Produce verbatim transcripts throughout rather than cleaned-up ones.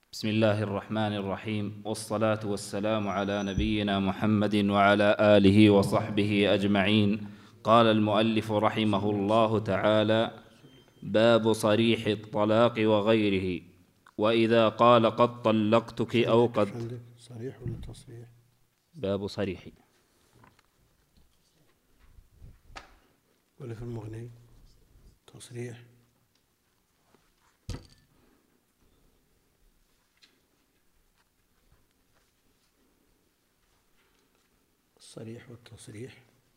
بسم الله الرحمن الرحيم، والصلاة والسلام على نبينا محمد وعلى آله وصحبه أجمعين. قال المؤلف رحمه الله تعالى: باب صريح الطلاق وغيره. وإذا قال قد طلقتك أو قد صريح ولا تصريح؟ باب صريح ولا في المغني تصريح؟ الصريح والتصريح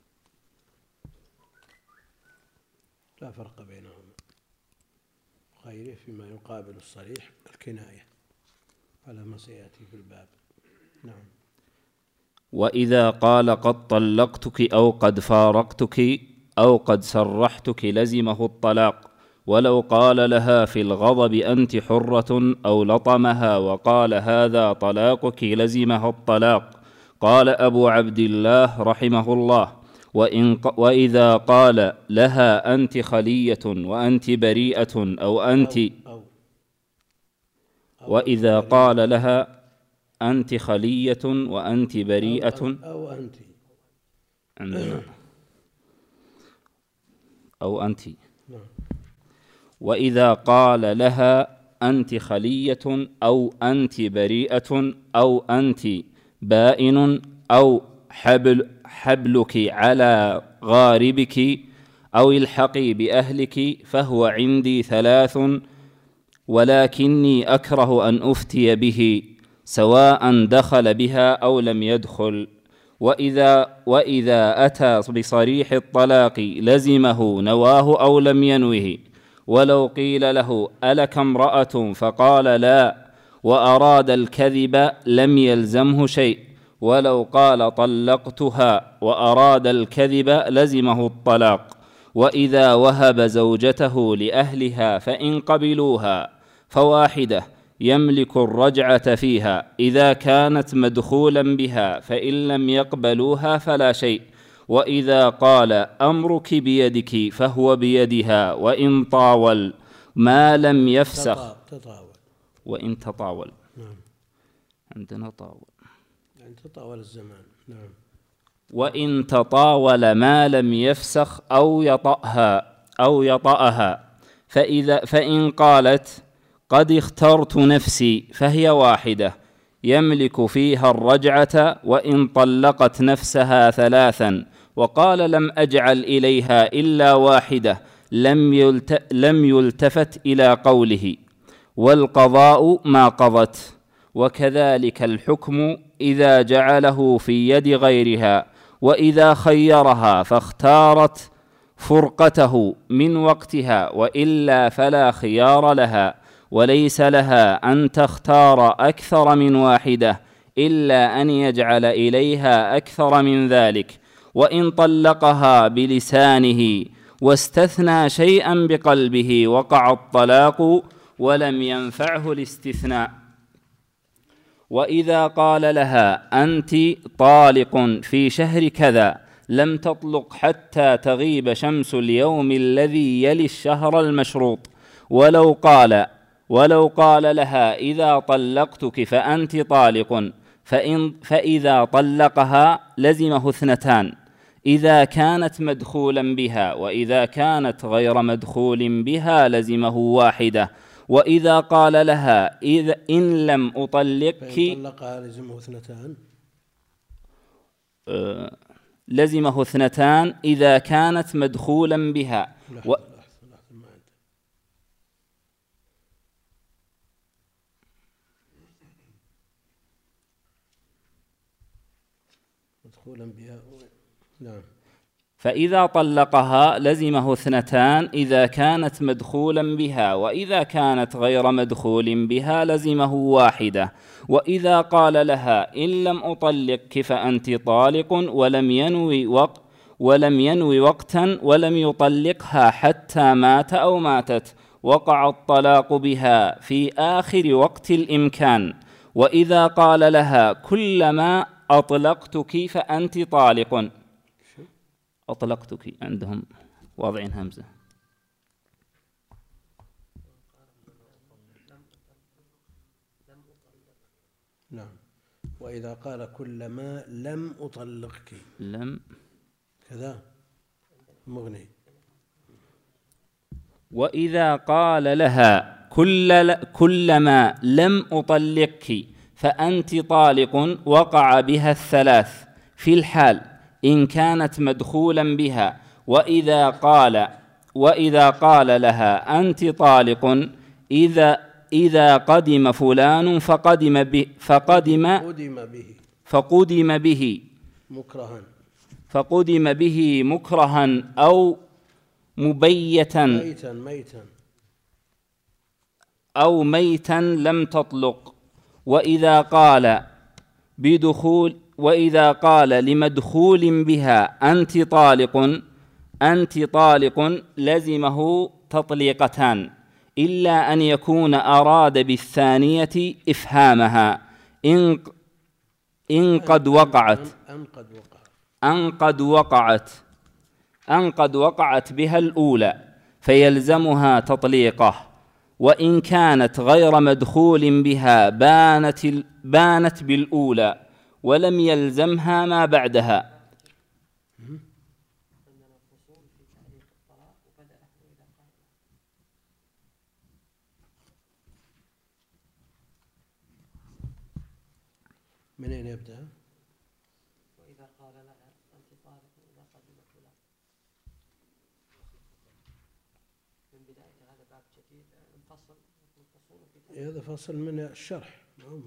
لا فرق بينهما، غيره فيما يقابل الصريح الكناية على ما سيأتي في الباب. نعم. وإذا قال قد طلقتك أو قد فارقتك أو قد سرحتك لزمه الطلاق، ولو قال لها في الغضب أنت حرة أو لطمها وقال هذا طلاقك لزمها الطلاق. قال أبو عبد الله رحمه الله: وإن ق... وإذا قال لها أنت خلية وأنت بريئة أو أنت أو أو أو وإذا بريئة قال لها أنت خلية وأنت بريئة أو, أو أنت عندنا أو أنت نعم. وإذا قال لها أنت خلية أو أنت بريئة أو أنت بائن أو حبل حبلك على غاربك أو الحقي بأهلك فهو عندي ثلاث، ولكني أكره أن أفتي به سواء دخل بها أو لم يدخل. وإذا, وإذا أتى بصريح الطلاق لزمه نواه أو لم ينوه، ولو قيل له ألك امرأة فقال لا وأراد الكذب لم يلزمه شيء، ولو قال طلقتها وأراد الكذب لزمه الطلاق. وإذا وهب زوجته لأهلها فإن قبلوها فواحدة يملك الرجعة فيها إذا كانت مدخولا بها، فإن لم يقبلوها فلا شيء. وإذا قال أمرك بيدك فهو بيدها وإن طاول ما لم يفسخ تطاول وإن تطاول. نعم. عندنا طاول يعني تطاول الزمان. نعم. وإن تطاول ما لم يفسخ أو يطأها أو يطأها فإذا فإن قالت قد اخترت نفسي فهي واحدة يملك فيها الرجعة، وإن طلقت نفسها ثلاثا وقال لم أجعل إليها إلا واحدة لم يلت لم يلتفت إلى قوله، والقضاء ما قضت. وكذلك الحكم إذا جعله في يد غيرها، وإذا خيرها فاختارت فرقته من وقتها وإلا فلا خيار لها، وليس لها أن تختار أكثر من واحدة إلا أن يجعل إليها أكثر من ذلك. وإن طلقها بلسانه واستثنى شيئا بقلبه وقع الطلاق ولم ينفعه الاستثناء. وإذا قال لها أنت طالق في شهر كذا لم تطلق حتى تغيب شمس اليوم الذي يلي الشهر المشروط، ولو قال ولو قال لها إذا طلقتك فأنت طالق فإن فإذا طلقها لزمه اثنتان إذا كانت مدخولا بها، وإذا كانت غير مدخول بها لزمه واحدة. وإذا قال لها إذا إن لم أطلقك فإن طلقها لزمه اثنتان آه لزمه اثنتان إذا كانت مدخولا بها. لحظة و... لحظة لحظة ما أنت مدخولا بها. نعم. فإذا طلقها لزمه اثنتان إذا كانت مدخولا بها، وإذا كانت غير مدخول بها لزمه واحدة. وإذا قال لها إن لم أطلقك فأنت طالق ولم ينوي وقت ولم ينوي وقتا ولم يطلقها حتى مات أو ماتت وقع الطلاق بها في آخر وقت الإمكان. وإذا قال لها كلما أطلقتك فأنت طالق، أطلقتك عندهم واضعين همزة، نعم. وإذا قال كلما لم أطلقك لم كذا مغني. وإذا قال لها كل كلما لم أطلقك فأنت طالق وقع بها الثلاث في الحال إن كانت مدخولا بها. وإذا قال وإذا قال لها أنت طالق إذا إذا قدم فلان فقدم به فقدم قدم به فقدم به مكرها فقدم به مكرها أو مبيتا ميتا ميتا أو ميتا لم تطلق. وإذا قال بدخول وإذا قال لمدخول بها أنت طالق أنت طالق لزمه تطليقتان إلا أن يكون أراد بالثانية إفهامها إن إن قد وقعت أن قد وقعت أن قد وقعت أن قد وقعت بها الأولى فيلزمها تطليقه. وإن كانت غير مدخول بها بانت بانت بالأولى ولم يلزمها ما بعدها. من أين يبدأ؟ وإذا قال لها أنت طالق إذا قدمت فلان من بداية هذا باب جديد انفصل منفصل في هذا فصل من الشرح ما هو من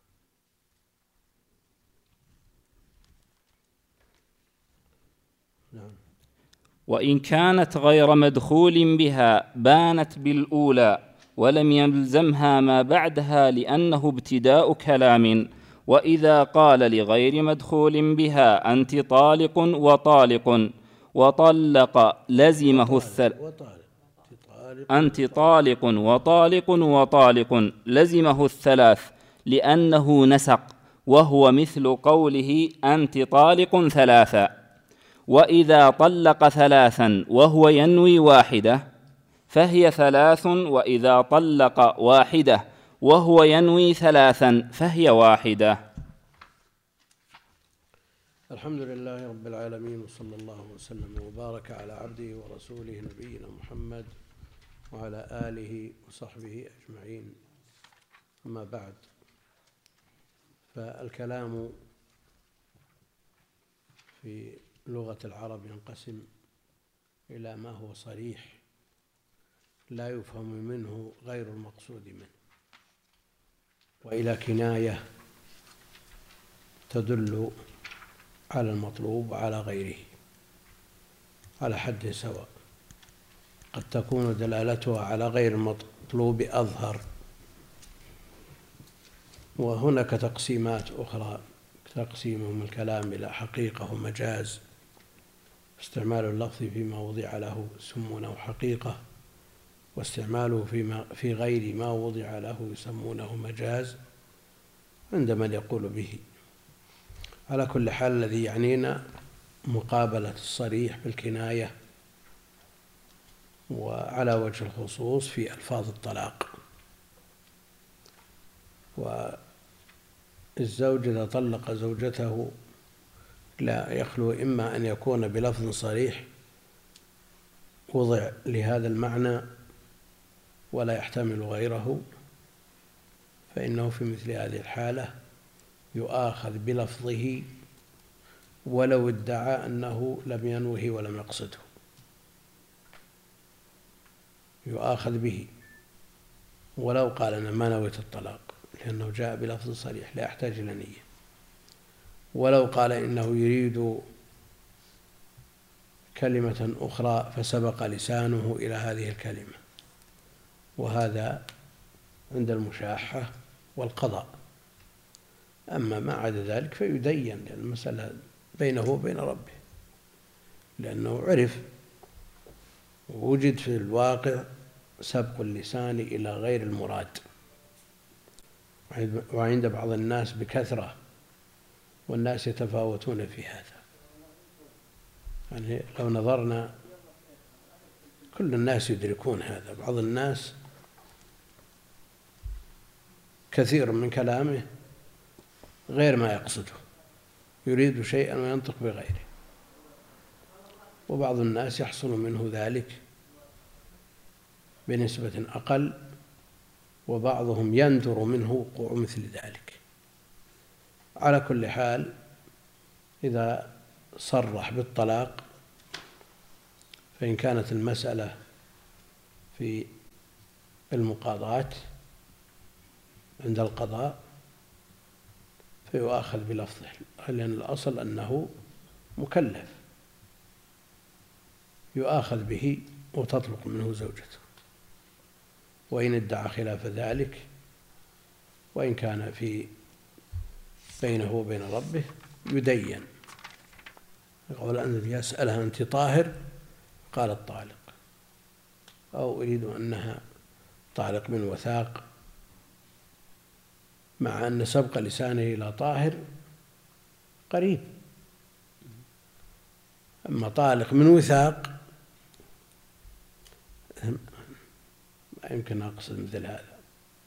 نعم. وإن كانت غير مدخول بها بانت بالأولى ولم يلزمها ما بعدها لأنه ابتداء كلام. وإذا قال لغير مدخول بها أنت طالق وطالق وطلق لزمه الثلاث أنت طالق وطالق وطالق لزمه الثلاث لأنه نسق وهو مثل قوله أنت طالق ثلاثا. وإذا طلق ثلاثا وهو ينوي واحدة فهي ثلاث. وإذا طلق واحدة وهو ينوي ثلاثا فهي واحدة. الحمد لله رب العالمين وصلى الله وسلم وبارك على عبده ورسوله نبينا محمد وعلى آله وصحبه أجمعين. أما بعد، فالكلام في لغة العرب ينقسم إلى ما هو صريح لا يفهم منه غير المقصود منه، وإلى كناية تدل على المطلوب وعلى غيره على حد سواء. قد تكون دلالتها على غير المطلوب أظهر. وهناك تقسيمات أخرى، تقسيمهم الكلام إلى حقيقة ومجاز. استعمال اللفظ فيما وضع له يسمونه حقيقة، واستعماله فيما في غير ما وضع له يسمونه مجاز عند من يقول به. على كل حال الذي يعنينا مقابلة الصريح بالكناية، وعلى وجه الخصوص في ألفاظ الطلاق. والزوج إذا طلق زوجته لا يخلو إما أن يكون بلفظ صريح وضع لهذا المعنى ولا يحتمل غيره، فإنه في مثل هذه الحالة يؤاخذ بلفظه ولو ادعى أنه لم ينوه ولم يقصده، يؤاخذ به ولو قال أنا ما نويت الطلاق، لأنه جاء بلفظ صريح لا يحتاج إلى نية. ولو قال إنه يريد كلمة أخرى فسبق لسانه إلى هذه الكلمة، وهذا عند المشاحة والقضاء. أما ما عدا ذلك فيدين، لأن المسألة بينه وبين ربه، لأنه عرف ووجد في الواقع سبق اللسان إلى غير المراد، وعند بعض الناس بكثرة، والناس يتفاوتون في هذا. يعني لو نظرنا كل الناس يدركون هذا. بعض الناس كثير من كلامه غير ما يقصده، يريد شيئا وينطق بغيره. وبعض الناس يحصل منه ذلك بنسبة أقل، وبعضهم يندر منه وقوع مثل ذلك. على كل حال، إذا صرح بالطلاق فإن كانت المسألة في المقاضاة عند القضاء فيؤاخذ بلفظه، لأن الأصل أنه مكلف، يؤاخذ به وتطلق منه زوجته. وإن ادعى خلاف ذلك، وإن كان في بينه وبين ربه، يدين. يقول أن يسألها أنت طاهر؟ قالت طالق، أو أريد أنها طالق من وثاق، مع أن سبق لسانه إلى طاهر قريب. أما طالق من وثاق ما يمكن أقصد مثل هذا.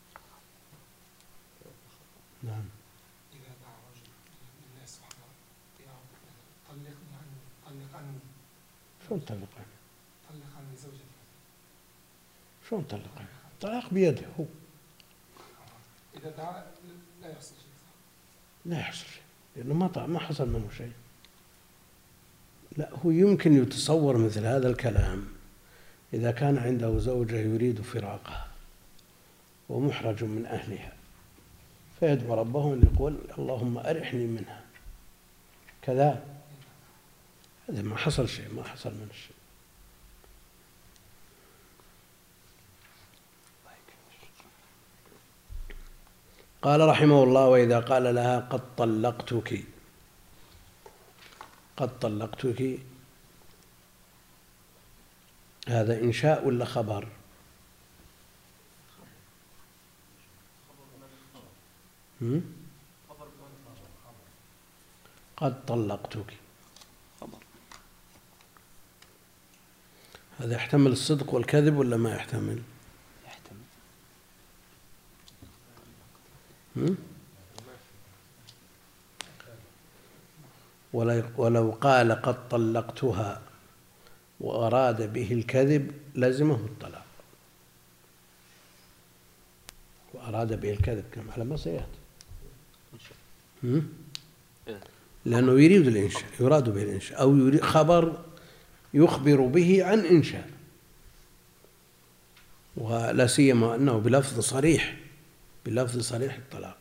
نعم. إذا دعا رجل للناس وحده طلقني عني، طلق عني. شلون طلق عني؟ طلق عني زوجتي. شلون طلق عني؟ الطلاق بيده هو. إذا دعا لا يحصل شيء. لا يحصل شيء، لأنه ما ما حصل منه شيء. لا، هو يمكن يتصور مثل هذا الكلام إذا كان عنده زوجة يريد فراقها ومحرج من أهلها، فيدعو ربه أن يقول اللهم أرحني منها كذا. هذا ما حصل شيء، ما حصل منه شيء. قال رحمه الله: وإذا قال لها قد طلقتك، قد طلقتك، هذا إنشاء ولا خبر؟ هم؟ قد طلقتك هذا يحتمل الصدق والكذب ولا ما يحتمل؟ يحتمل. هم؟ ولو قال قد طلقتها وأراد به الكذب لزمه الطلاق، وأراد به الكذب كما على ما سيأتي، لأنه يريد الإنشاء، يراد به الإنشاء، أو يريد خبر يخبر به عن إنشاء، ولا سيما أنه بلفظ صريح، بلفظ صريح الطلاق.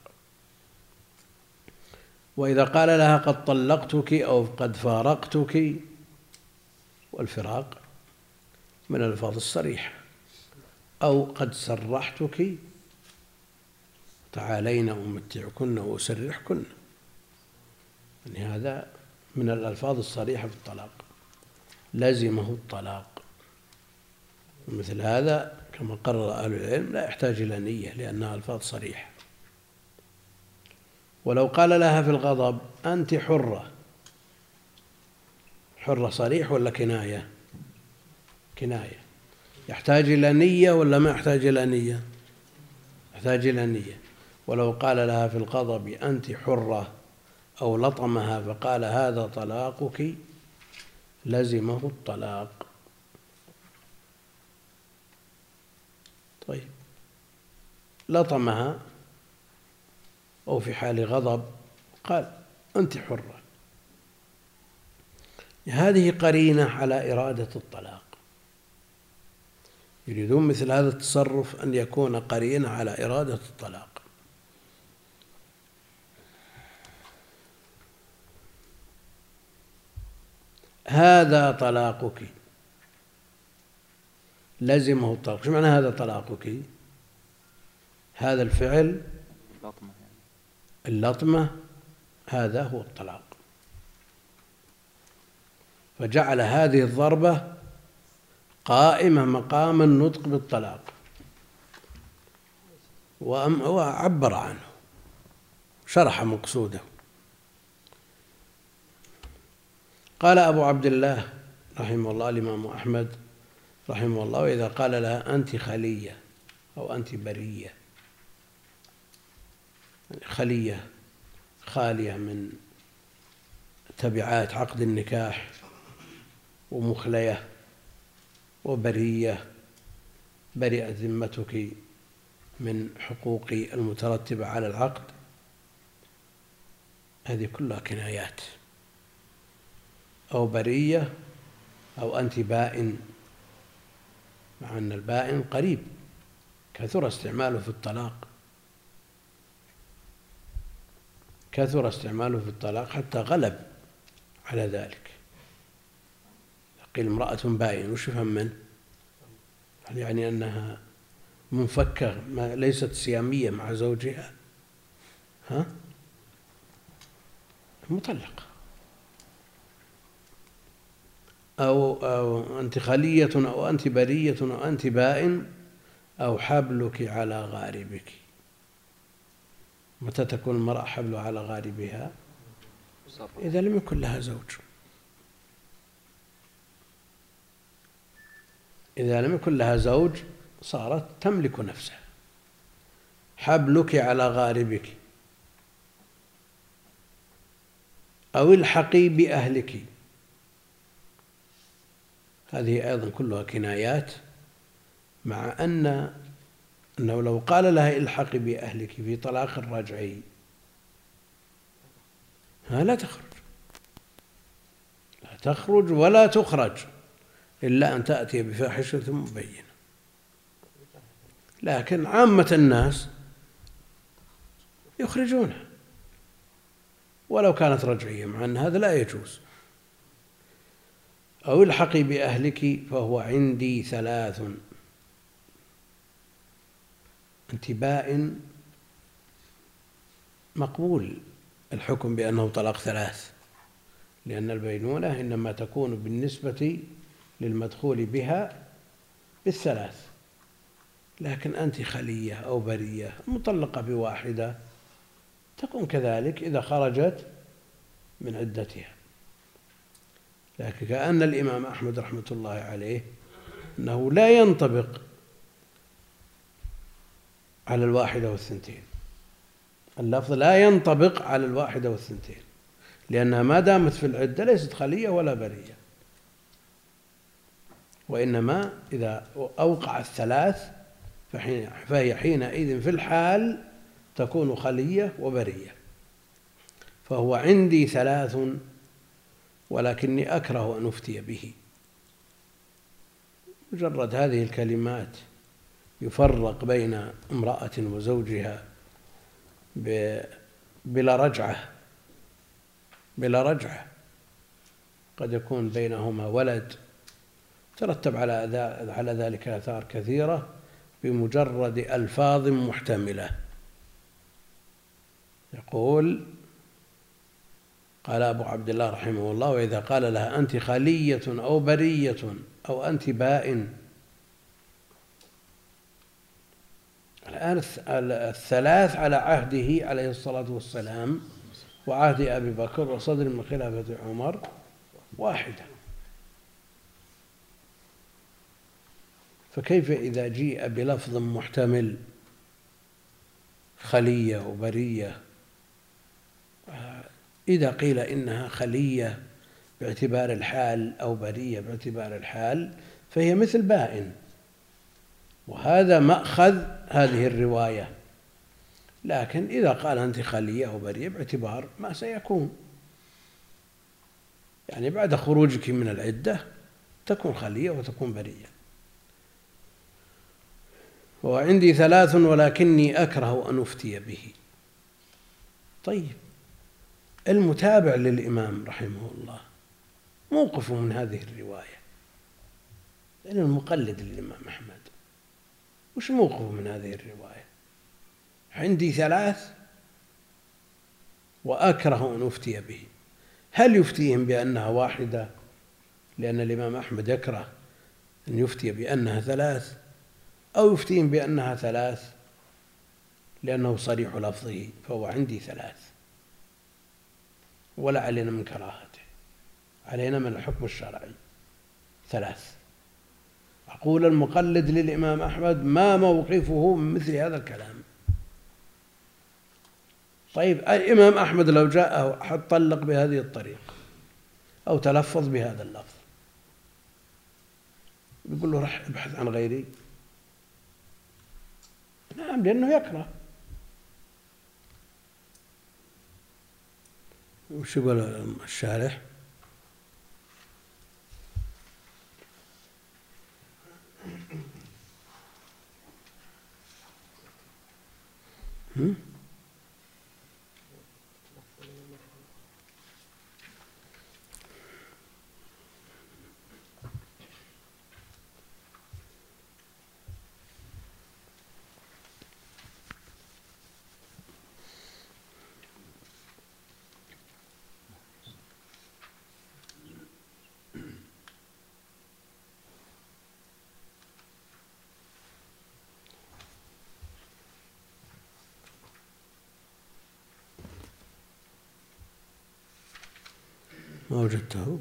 وإذا قال لها قد طلقتك أو قد فارقتك، والفراق من الألفاظ الصريحة، أو قد سرحتك، تعالين أمتعكن وأسرحكن، يعني هذا من الألفاظ الصريحة في الطلاق، لزمه الطلاق. مثل هذا كما قرر أهل العلم لا يحتاج إلى نية، لأنها ألفاظ صريحة. ولو قال لها في الغضب أنت حرة، حرة صريح ولا كناية؟ كناية. يحتاج إلى نية ولا ما يحتاج إلى نية؟ يحتاج إلى نية. ولو قال لها في الغضب أنت حرة، أو لطمها فقال هذا طلاقك، لزمه الطلاق. طيب، لطمها أو في حال غضب قال أنت حرة، هذه قرينة على إرادة الطلاق. يريدون مثل هذا التصرف أن يكون قرينة على إرادة الطلاق. هذا طلاقك، لزمه الطلاق. شو معنى هذا طلاقك؟ هذا الفعل لطمة، اللطمة، هذا هو الطلاق. فجعل هذه الضربة قائمة مقام النطق بالطلاق، وعبر عنه، شرح مقصوده. قال أبو عبد الله رحمه الله الإمام أحمد رحمه الله: وإذا قال لها أنت خلية أو أنت برية، خلية خالية من تبعات عقد النكاح ومخلية وبرية، برئت ذمتك من حقوق المترتبة على العقد، هذه كلها كنايات. أو برية أو أنت بائن، مع أن البائن قريب كثر استعماله في الطلاق، كثر استعماله في الطلاق حتى غلب على ذلك. قيل امرأة بائن، وش يفهم منه؟ يعني أنها منفكة، ما ليست سيامية مع زوجها، ها؟ مطلقة. أو, أو أنت خلية أو أنت برية أو أنت بائن أو حبلك على غاربك. متى تكون المرأة حبل على غاربها؟ إذا لم يكن لها زوج. إذا لم يكن لها زوج صارت تملك نفسها. حبلك على غاربك أو الحقي بأهلك، هذه أيضا كلها كنايات، مع أن أنه لو قال لها الحقي بأهلك في طلاق رجعي ها لا تخرج، لا تخرج ولا تخرج إلا أن تأتي بفاحشة مبينة. لكن عامة الناس يخرجونها ولو كانت رجعية، مع أن هذا لا يجوز. أو الحقي بأهلك فهو عندي ثلاث. أنت بائن مقبول الحكم بأنه طلاق ثلاث، لأن البينونة إنما تكون بالنسبة للمدخول بها بالثلاث. لكن أنت خلية أو برية مطلقة بواحدة تكون كذلك إذا خرجت من عدتها. لكن كأن الإمام أحمد رحمة الله عليه أنه لا ينطبق على الواحدة والثنتين، اللفظ لا ينطبق على الواحدة والثنتين، لأنها ما دامت في العدة ليست خلية ولا برية، وإنما إذا أوقع الثلاث فهي حينئذ في الحال تكون خلية وبرية. فهو عندي ثلاث ولكني أكره أن أفتي به. مجرد هذه الكلمات يفرق بين امرأة وزوجها بلا رجعة، بلا رجعة. قد يكون بينهما ولد ترتب على ذلك آثار كثيرة بمجرد ألفاظ محتملة. يقول قال أبو عبد الله رحمه الله: وإذا قال لها أنت خلية أو برية أو أنت بائن. الآن الثلاث على عهده عليه الصلاة والسلام وعهد أبي بكر وصدر من خلافة عمر واحدة، فكيف إذا جيء بلفظ محتمل خلية وبرية؟ إذا قيل إنها خلية باعتبار الحال أو برية باعتبار الحال فهي مثل بائن، وهذا مأخذ هذه الرواية. لكن إذا قال أنت خلية أو برية باعتبار ما سيكون، يعني بعد خروجك من العدة تكون خلية وتكون برية. وعندي ثلاث ولكني أكره أن أفتي به. طيب، المتابع للإمام رحمه الله موقفه من هذه الرواية، لأن المقلد للإمام أحمد وش موقفه من هذه الرواية؟ عندي ثلاث وأكره أن أفتي به. هل يفتيهم بأنها واحدة لأن الإمام أحمد يكره أن يفتي بأنها ثلاث، أو يفتيهم بأنها ثلاث لأنه صريح لفظه فهو عندي ثلاث؟ ولا علينا من كراهته، علينا من الحكم الشرعي ثلاث. أقول المقلد للإمام أحمد ما موقفه من مثل هذا الكلام؟ طيب الإمام أحمد لو جاءه حد طلق بهذه الطريقة أو تلفظ بهذا اللفظ، يقول له رح ابحث عن غيري؟ نعم، لأنه يكره. وش يقول الشارح؟ هم؟ ما وجدته.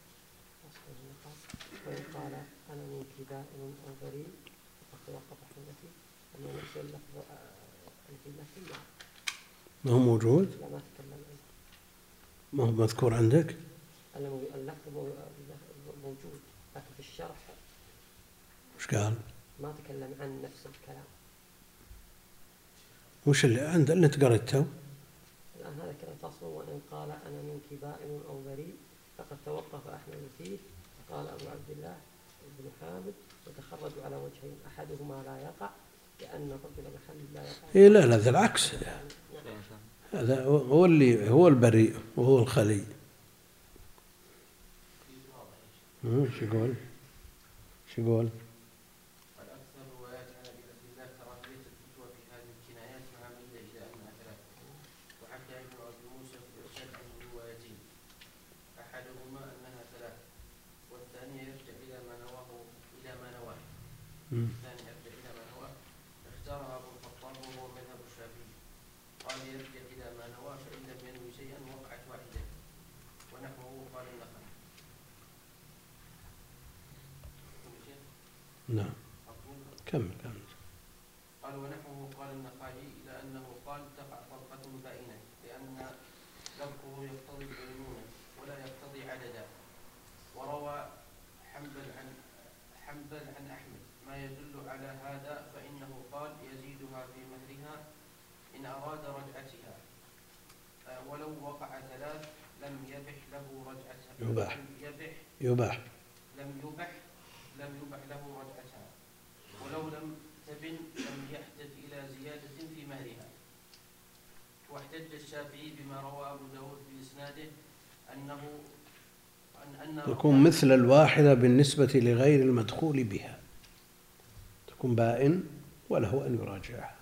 وإن قال أنا منك بائن أو بريء فقد وقف حملتي أنه نفس اللفظ الكلمة ما هو موجود؟ لا ما تكلم عنه. ما هو مذكور عندك؟ اللفظ موجود لكن في الشرح وش قال؟ ما تكلم عن نفس الكلام. وش اللي عند اللي انت قريته؟ الآن هذا كلام فصل. وإن قال أنا منك بائن أو بريء فقد توقف أحمد فيه. قال أبو عبد الله بن حامد يتخرج على وجهين أحدهما لا يقع لأن الرجل محل لا يقع. إيه لا لا، ذا العكس. هذا هو اللي هو البريء وهو الخلي. ايش يقول؟ ايش يقول؟ الأكثر روايات عن أبي عبد الله كراهية الفتوى في هذه الكنايات مع ميل إلى أنها ثلاثة. وحكى ابن أبي موسى في الإرشاد عن روايتين، أحدهما أنها ثلاثة والثانية يرجع إلى ما نواه إلى ما نواه. الثاني يرجع إلى ما نواه. اختارها أبو الخطاب وهو مذهب الشافعي. قال يرجع إلى ما نواه فإن لم ينوي شيئا وقعت واحدة ونحوه قال النخعي. نعم. كمل كمل. قال ونحوه قال النخعي إلى أنه قال تقع طلقة بائنة لأن لفظه يقتضي البينونة ولا يقتضي عددا. وروى حنبل عن حنبل عن أحمد ما يدل على هذا فإنه قال يزيدها في مهرها إن أراد رجعتها ولو وقع ثلاث لم يبح له رجعتها. يباح يبح يباح لم يبح لم يبح له رجعتها ولو لم تبن لم يحتج إلى زيادة في مهرها. واحتج الشافعي بما روى أبو داود بإسناده أنه أن أن تكون مثل الواحدة بالنسبة لغير المدخول بها، تكون بائن وله أن يراجعها.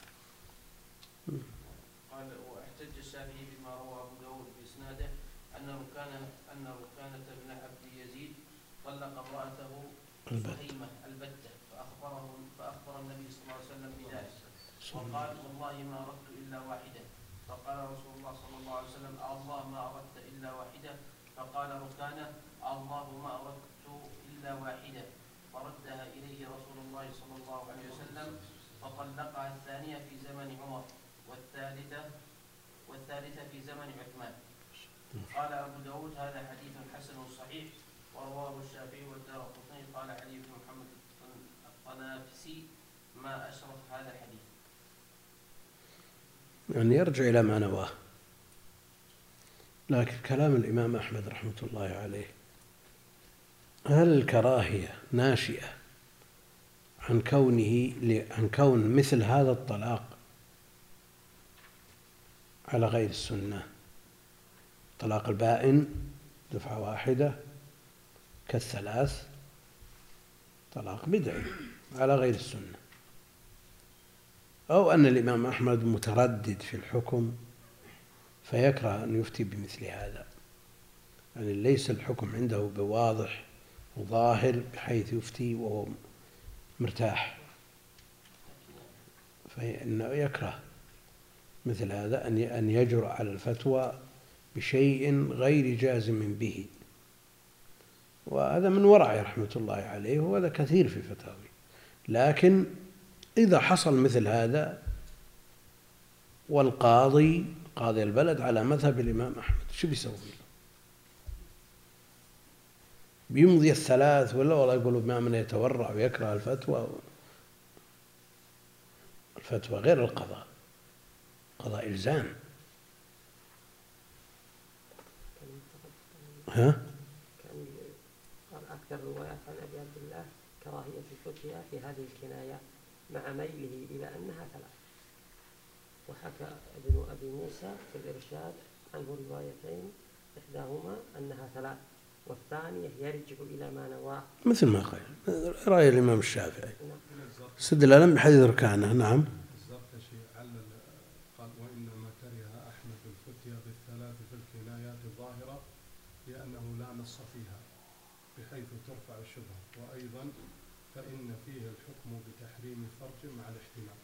قال واحتج الشافعي بما روى أبو داود بإسناده أن ركانة أن ركانة بن عبد يزيد طلق امرأته صهيمة البتة فأخبره فأخبر النبي صلى الله عليه وسلم بذلك وقال والله ما أردت إلا واحدة. فقال رسول الله صلى الله عليه وسلم الله ما أردت إلا واحدة. فقال ركانة الله ما أردت إلا واحدة. فردها إليه رسول الله صلى الله عليه وسلم فطلقها الثانية في زمن عمر والثالثة والثالثة في زمن عثمان. قال أبو داود هذا حديث حسن صحيح ورواه الشافعي والدارقطني. قال علي بن محمد الطنافسي ما أشرف هذا الحديث. يعني يرجع إلى ما نواه. لكن كلام الإمام أحمد رحمة الله عليه، هل الكراهية ناشئة عن كونه عن كون مثل هذا الطلاق على غير السنة؟ طلاق البائن دفعة واحدة كالثلاث طلاق بدعي على غير السنة، أو أن الإمام أحمد متردد في الحكم فيكره أن يفتي بمثل هذا، يعني ليس الحكم عنده بواضح وظاهر بحيث يفتي وهو مرتاح، فإنه يكره مثل هذا أن يجرؤ على الفتوى بشيء غير جازم به. وهذا من ورعه رحمة الله عليه، وهذا كثير في فتاوي. لكن إذا حصل مثل هذا والقاضي قاضي البلد على مذهب الإمام أحمد شو بيسوي له؟ بيمضي الثلاث ولا والله يقولوا ما من يتورع ويكره الفتوى؟ الفتوى غير القضاء، قضاء إلزام. ها؟ كان قال أكثر الروايات عن أبي عبد الله كراهية الفتيا في هذه الكناية مع ميله إلى أنها ثلاث. وحكى ابن أبي موسى في الإرشاد عنه روايتين، إحداهما أنها ثلاث والثانية يرجع إلى ما نواه، مثل ما قال رأي الإمام الشافعي استدلالا بحديث ركانة. نعم. الزركشي علل قال وإنما كره أحمد الفتيا بالثلاث في الكنايات الظاهرة لأنه لا نص فيها بحيث ترفع الشبهة، وأيضا فإن فيه الحكم بتحريم فرج مع الاحتمال.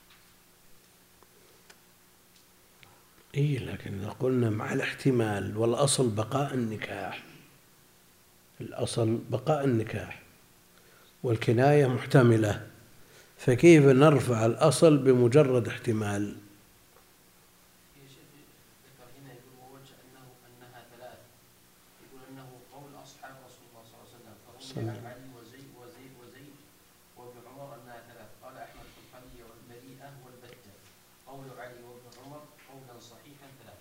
إيه لكن إذا قلنا مع الاحتمال والأصل بقاء النكاح، الأصل بقاء النكاح والكناية محتملة، فكيف نرفع الأصل بمجرد احتمال؟ يا شيخ ذكر هنا يقول ووجه أنه أنها ثلاث، يقول أنه قول أصحاب رسول الله صلى الله عليه وسلم، فروي عن علي وزيد وزيد وزيد وابن عمر أنها ثلاث. قال أحمد في الخلية والبريئة والبتة، قول علي وابن عمر قولا صحيحا ثلاث.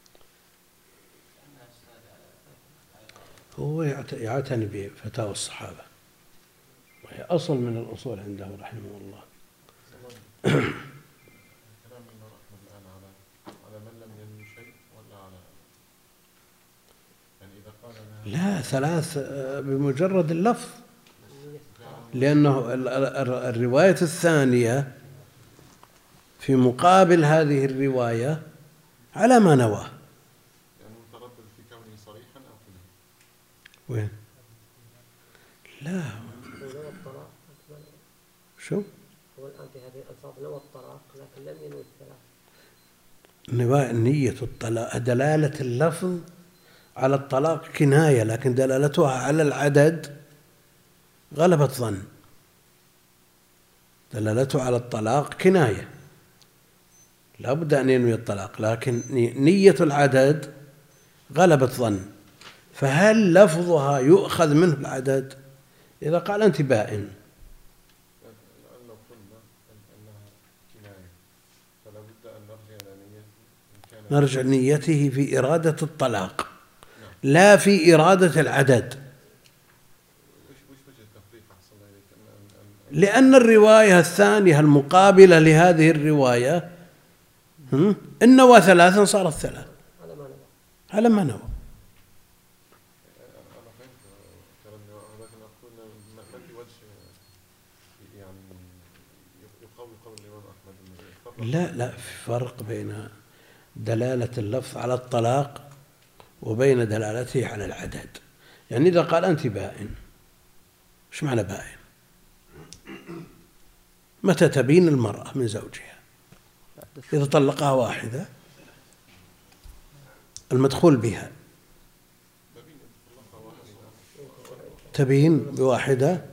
هو يعتني بفتاوى الصحابة وهي أصل من الأصول عنده رحمه الله. كلام الإمام أحمد الآن على على من لم ينوي شيء ولا على يعني إذا قال لا ثلاث بمجرد اللفظ، لأنه الرواية الثانية في مقابل هذه الرواية على ما نواه. يعني متردد في كونه صريحا أو كذا. وين؟ لا شو؟ هو الآن في هذه الألفاظ نوى الطلاق لكن لم ينوي الثلاث. نية الطلاق دلالة اللفظ على الطلاق كناية، لكن دلالتها على العدد غلبت ظن. دلالته على الطلاق كناية، لا بد أن ينوي الطلاق، لكن نية العدد غلبت ظن. فهل لفظها يؤخذ منه العدد؟ إذا قال أنت بائن لو قلنا أنها كناية فلا بد أن نرجع إلى نيته. نرجع نيته في إرادة الطلاق لا في إرادة العدد. لأن الرواية الثانية المقابلة لهذه الرواية إن نوى ثلاثا صارت ثلاث على ما نوى. أنا فهمت كلام النوى، ولكن أقول ما في وجه يعني يقوي قول الإمام أحمد. لا لا في فرق بين دلالة اللفظ على الطلاق وبين دلالته على العدد. يعني إذا قال أنت بائن، إيش معنى بائن؟ متى تبين المرأة من زوجها؟ إذا طلقها واحدة المدخول بها تبين بواحدة.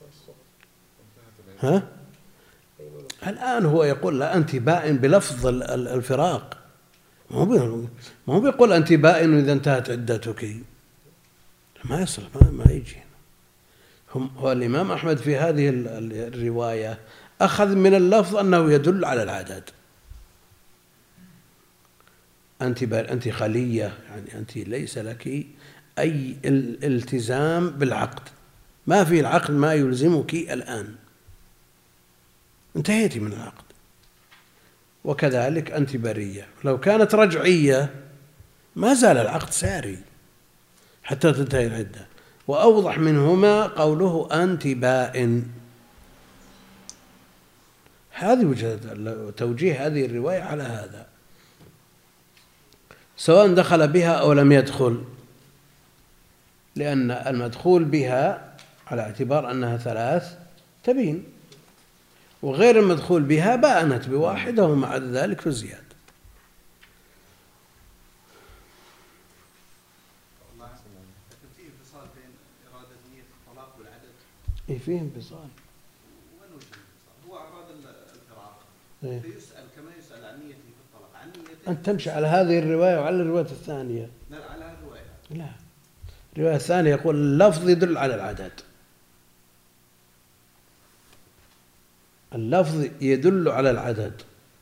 ها؟ الآن هو يقول لا أنت بائن بلفظ الفراق، ما هو بيقول أنت بائن إذا انتهت عدتك، ما يصل ما, ما يجي. هم هو الإمام أحمد في هذه الرواية أخذ من اللفظ أنه يدل على العدد. أنت أنت خلية، يعني أنت ليس لك أي التزام بالعقد، ما في العقد ما يلزمك الآن، انتهيتي من العقد. وكذلك أنت برية، لو كانت رجعية ما زال العقد ساري حتى تنتهي العدة. وأوضح منهما قوله أنت بائن. هذه وجهة توجيه هذه الرواية على هذا، سواء دخل بها أو لم يدخل، لأن المدخول بها على اعتبار أنها ثلاث تبين، وغير المدخول بها بانت بواحدة ومع ذلك فزيادة. لكن فيه انفصال بين إرادة نية الطلاق والعدد. إيه فيه انفصال. وين وجه الانفصال؟ هو أراد الفراق إيه؟ فيسأل كما يسأل عن نيته في الطلاق، أنت تمشي على هذه الرواية وعلى الرواية الثانية. لا على الرواية. لا، الرواية الثانية يقول اللفظ يدل على العدد، اللفظ يدل على العدد،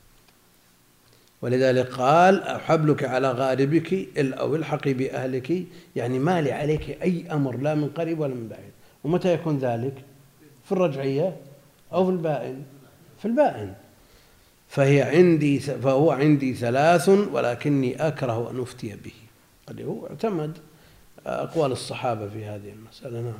ولذلك قال أحبلك على غاربك أو الحقي بأهلك، يعني ما لي عليك أي أمر لا من قريب ولا من بعيد. ومتى يكون ذلك؟ في الرجعية أو في البائن؟ في البائن. فهي عندي فهو عندي ثلاث ولكني أكره أن أفتي به. قد هو اعتمد أقوال الصحابة في هذه المسألة. نعم.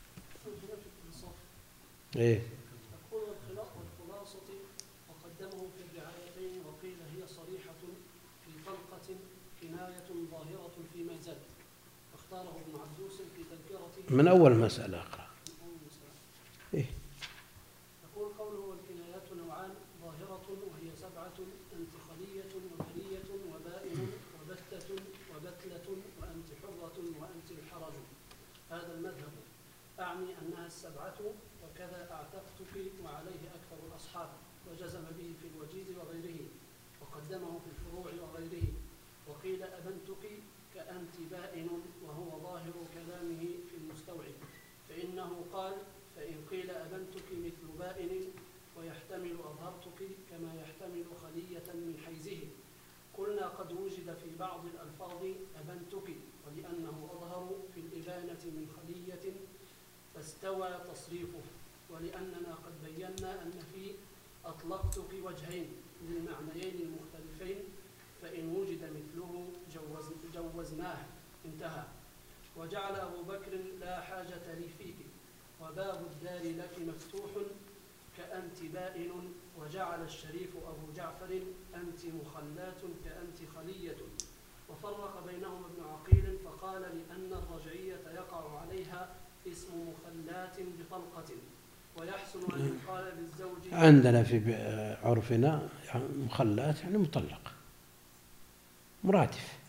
إيه. والخلاصة وقدمه في الرعايتين وقيل هي صريحة في طلقة كناية ظاهرة في ميزان، اختاره ابن عبدوس في تذكرته. من أول مسألة أقرأ. إيه. يقول قوله والكنايات نوعان، ظاهرة وهي سبعة، أنت خلية وبرية وبائن وبتة وبتلة وأنت حرة وأنت الحرج. هذا المذهب أعني أنها السبعة، وكذا أعتقتك وعليه أكثر الأصحاب، وجزم به في الوجيز وغيره، وقدمه في الفروع وغيره. وقيل أبنتك كأنت بائن، وهو ظاهر كلامه في المستوعب، فإنه قال فإن قيل أبنتك مثل بائن، ويحتمل أظهرتك كما يحتمل خلية من حيزه. قلنا قد وجد في بعض الألفاظ أبنتك، ولأنه أظهر في الإبانة من خلية فاستوى تصريفه، ولأننا قد بينا أن في أطلقتك وجهين للمعنيين المختلفين، فإن وجد مثله جوز جوزناه، انتهى. وجعل أبو بكر لا حاجة لي فيك، وباب الدار لك مفتوح كأنت بائن. وجعل الشريف أبو جعفر أنت مخلات كأنت خلية. وفرق بينهما ابن عقيل فقال لأن الرجعية يقع عليها اسم مخلات بطلقة، ويحسن أن يقال للزوج. عندنا في عرفنا يعني مخلات يعني مطلق مرادف.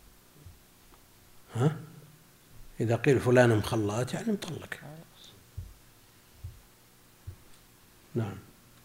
ها؟ إذا قيل فلان مخلات يعني مطلق. نعم.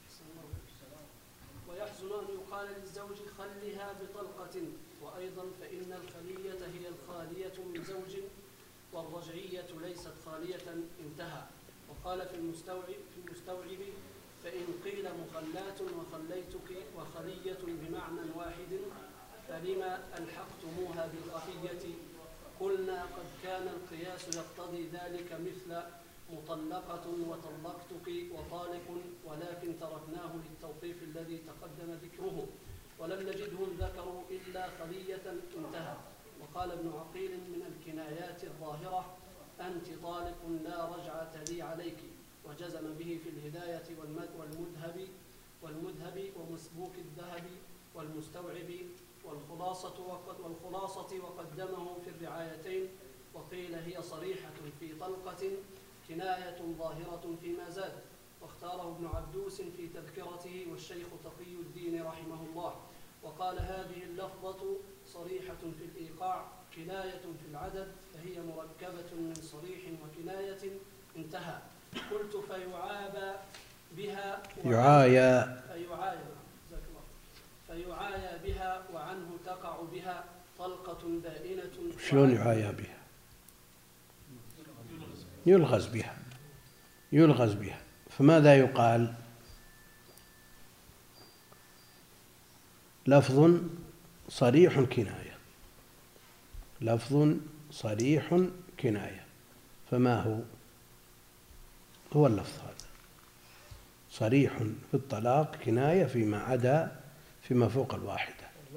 ويحسن أن يقال للزوج خلها بطلقة. وأيضا فإن الخلية هي الخالية من زوج، والرجعية ليست خالية، انتهى. وقال في المستوعب في المستوعب فإن قيل مخلات وخليتك وخلية بمعنى واحد فلما ألحقتموها بالخفية؟ قلنا قد كان القياس يقتضي ذلك، مثل مطلقة وطلقتك وطالق، ولكن تركناه للتوقيف الذي تقدم ذكره، ولم نجدهم ذكروا إلا خلية، انتهى. وقال ابن عقيل من الكنايات الظاهرة أنت طالق لا رجعة لي عليك، وجزم به في الهداية والمذهب والمذهب ومسبوك الذهب والمستوعب والخلاصة والخلاصة وقدمه في الرعايتين. وقيل هي صريحة في طلقة كناية ظاهرة فيما زاد، واختاره ابن عبدوس في تذكرته والشيخ تقي الدين رحمه الله. وقال هذه اللفظة صريحة في الإيقاع كناية في العدد، فهي مركبة من صريح وكناية، انتهى. قلت فيعاب بها يعايا فيعايا فيعايا بها وعنه تقع بها طلقة بائنة. شلون يعايا بها؟ يلغز بها يلغز بها فماذا يقال؟ لفظ صريح كناية، لفظ صريح كناية، فما هو؟ هو اللفظ هذا صريح في الطلاق كناية فيما عدا فيما فوق الواحدة.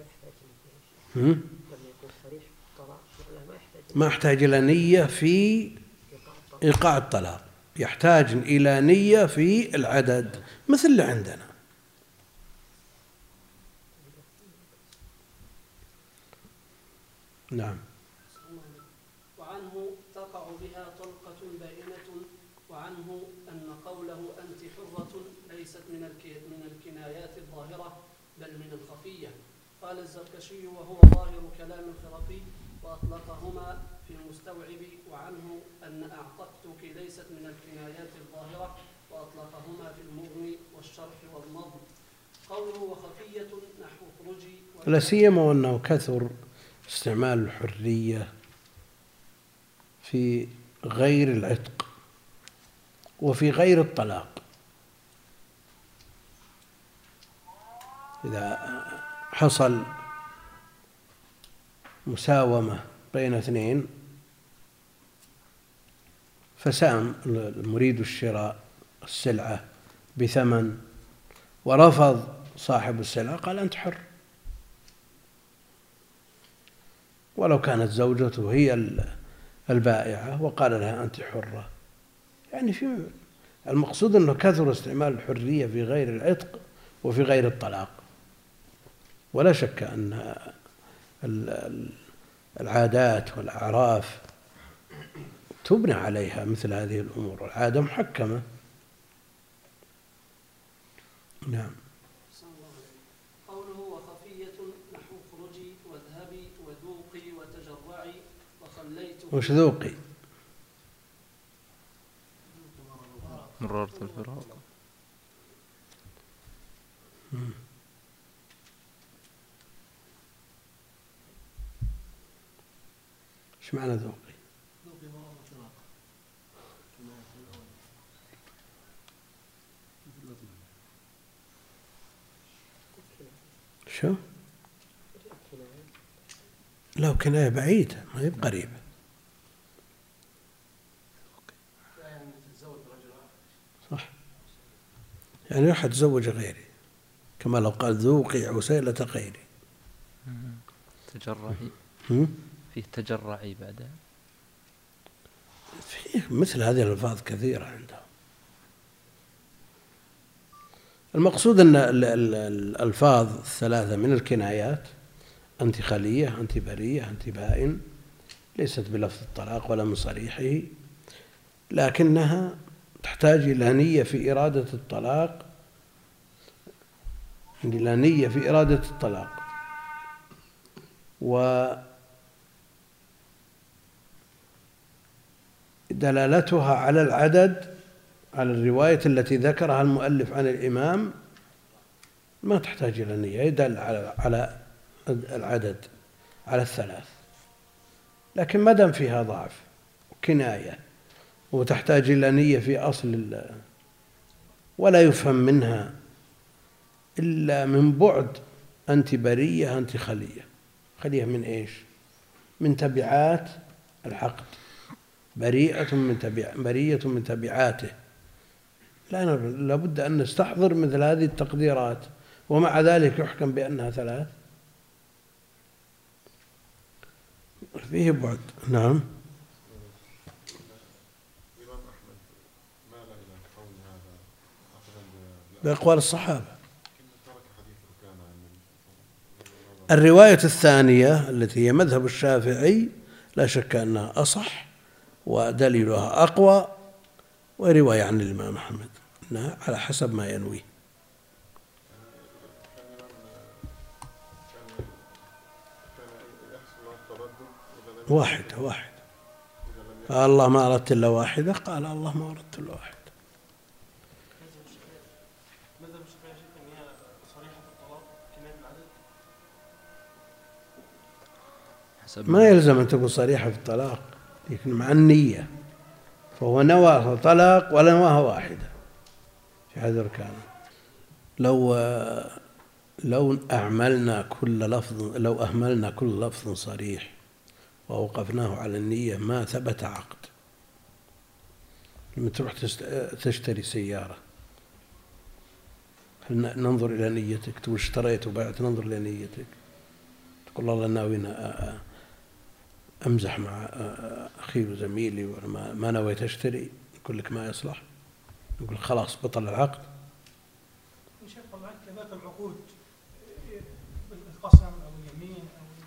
ما يحتاج إلى نية في إيقاع الطلاق، يحتاج إلى نية في العدد مثل اللي عندنا. نعم. وعنه تقع بها طلقة بائنة، وعنه أن قوله أنت حرة ليست من من الكنايات الظاهرة بل من الخفية. قال الزركشي وهو ظاهر كلام الخرقي وأطلقهما في المستوعب. وعنه أن أعتقتك ليست من الكنايات الظاهرة وأطلقهما في المغني والشرح والنظم. قوله وخفية نحو اخرجي لا سيما وأنه كثر استعمال الحرية في غير العتق وفي غير الطلاق. إذا حصل مساومة بين اثنين فسام المريد الشراء السلعة بثمن ورفض صاحب السلعة قال أنت حر، ولو كانت زوجته هي البائعة وقال لها أنت حرة. يعني في المقصود أنه كثر استعمال الحرية في غير العتق وفي غير الطلاق. ولا شك أن العادات والأعراف تبنى عليها مثل هذه الأمور، والعادة محكمة. نعم. قوله وخفية نحو اخرجي واذهبي وذوقي وتجرعي وخليت. وش ذوقي؟ مررت الفراق. ايش معنى ذوقي؟ شو؟ لو كناية بعيدة ما هي بقريبة. صح، يعني راح أتزوج غيري، كما لو قال ذوقي عسيلة غيري. تجرعي فيه تجرعي بعدها. فيه مثل هذه الألفاظ كثيرة عندهم. المقصود أن الألفاظ الثلاثة من الكنايات أنت خلية، أنت برية، أنت بائن، ليست بلفظ الطلاق ولا من صريحه، لكنها تحتاج إلى نية في إرادة الطلاق، إلى نية في إرادة الطلاق، ودلالتها على العدد، على الرواية التي ذكرها المؤلف عن الإمام ما تحتاج إلى نية، يدل على على العدد، على الثلاث. لكن ما دام فيها ضعف كناية وتحتاج إلى نية في أصل، ولا يفهم منها إلا من بعد أنت برية أنت خلية. خلية من إيش؟ من تبعات العقد، بريئة من تبع برية من تبعاته. لا، لابد أن نستحضر مثل هذه التقديرات، ومع ذلك يحكم بأنها ثلاث. فيه بعد. نعم. بأقوال الصحابة. الرواية الثانية التي هي مذهب الشافعي لا شك أنها أصح ودليلها أقوى، ورواية عن الإمام أحمد أنها على حسب ما ينويه. واحدة واحدة قال الله ما أردت إلا واحدة، قال الله ما أردت إلا واحدة. ما يلزم أن تكون صريحة في الطلاق، لكن مع النية، فهو نوى طلاق ولا نواها واحدة في هذا الأركان. لو لو أعملنا كل لفظ لو أهملنا كل لفظ صريح وأوقفناه على النية ما ثبت عقد. لما تروح تشتري سيارة، هل ننظر إلى نيتك؟ تقول اشتريت وبعت، ننظر إلى نيتك. تقول الله ناوي أمزح مع أخي وزميلي وما ما نويت أشتري، يقول لك ما يصلح، يقول خلاص بطل العقد. شيخ طبعا كذلك العقود بالقسم أو اليمين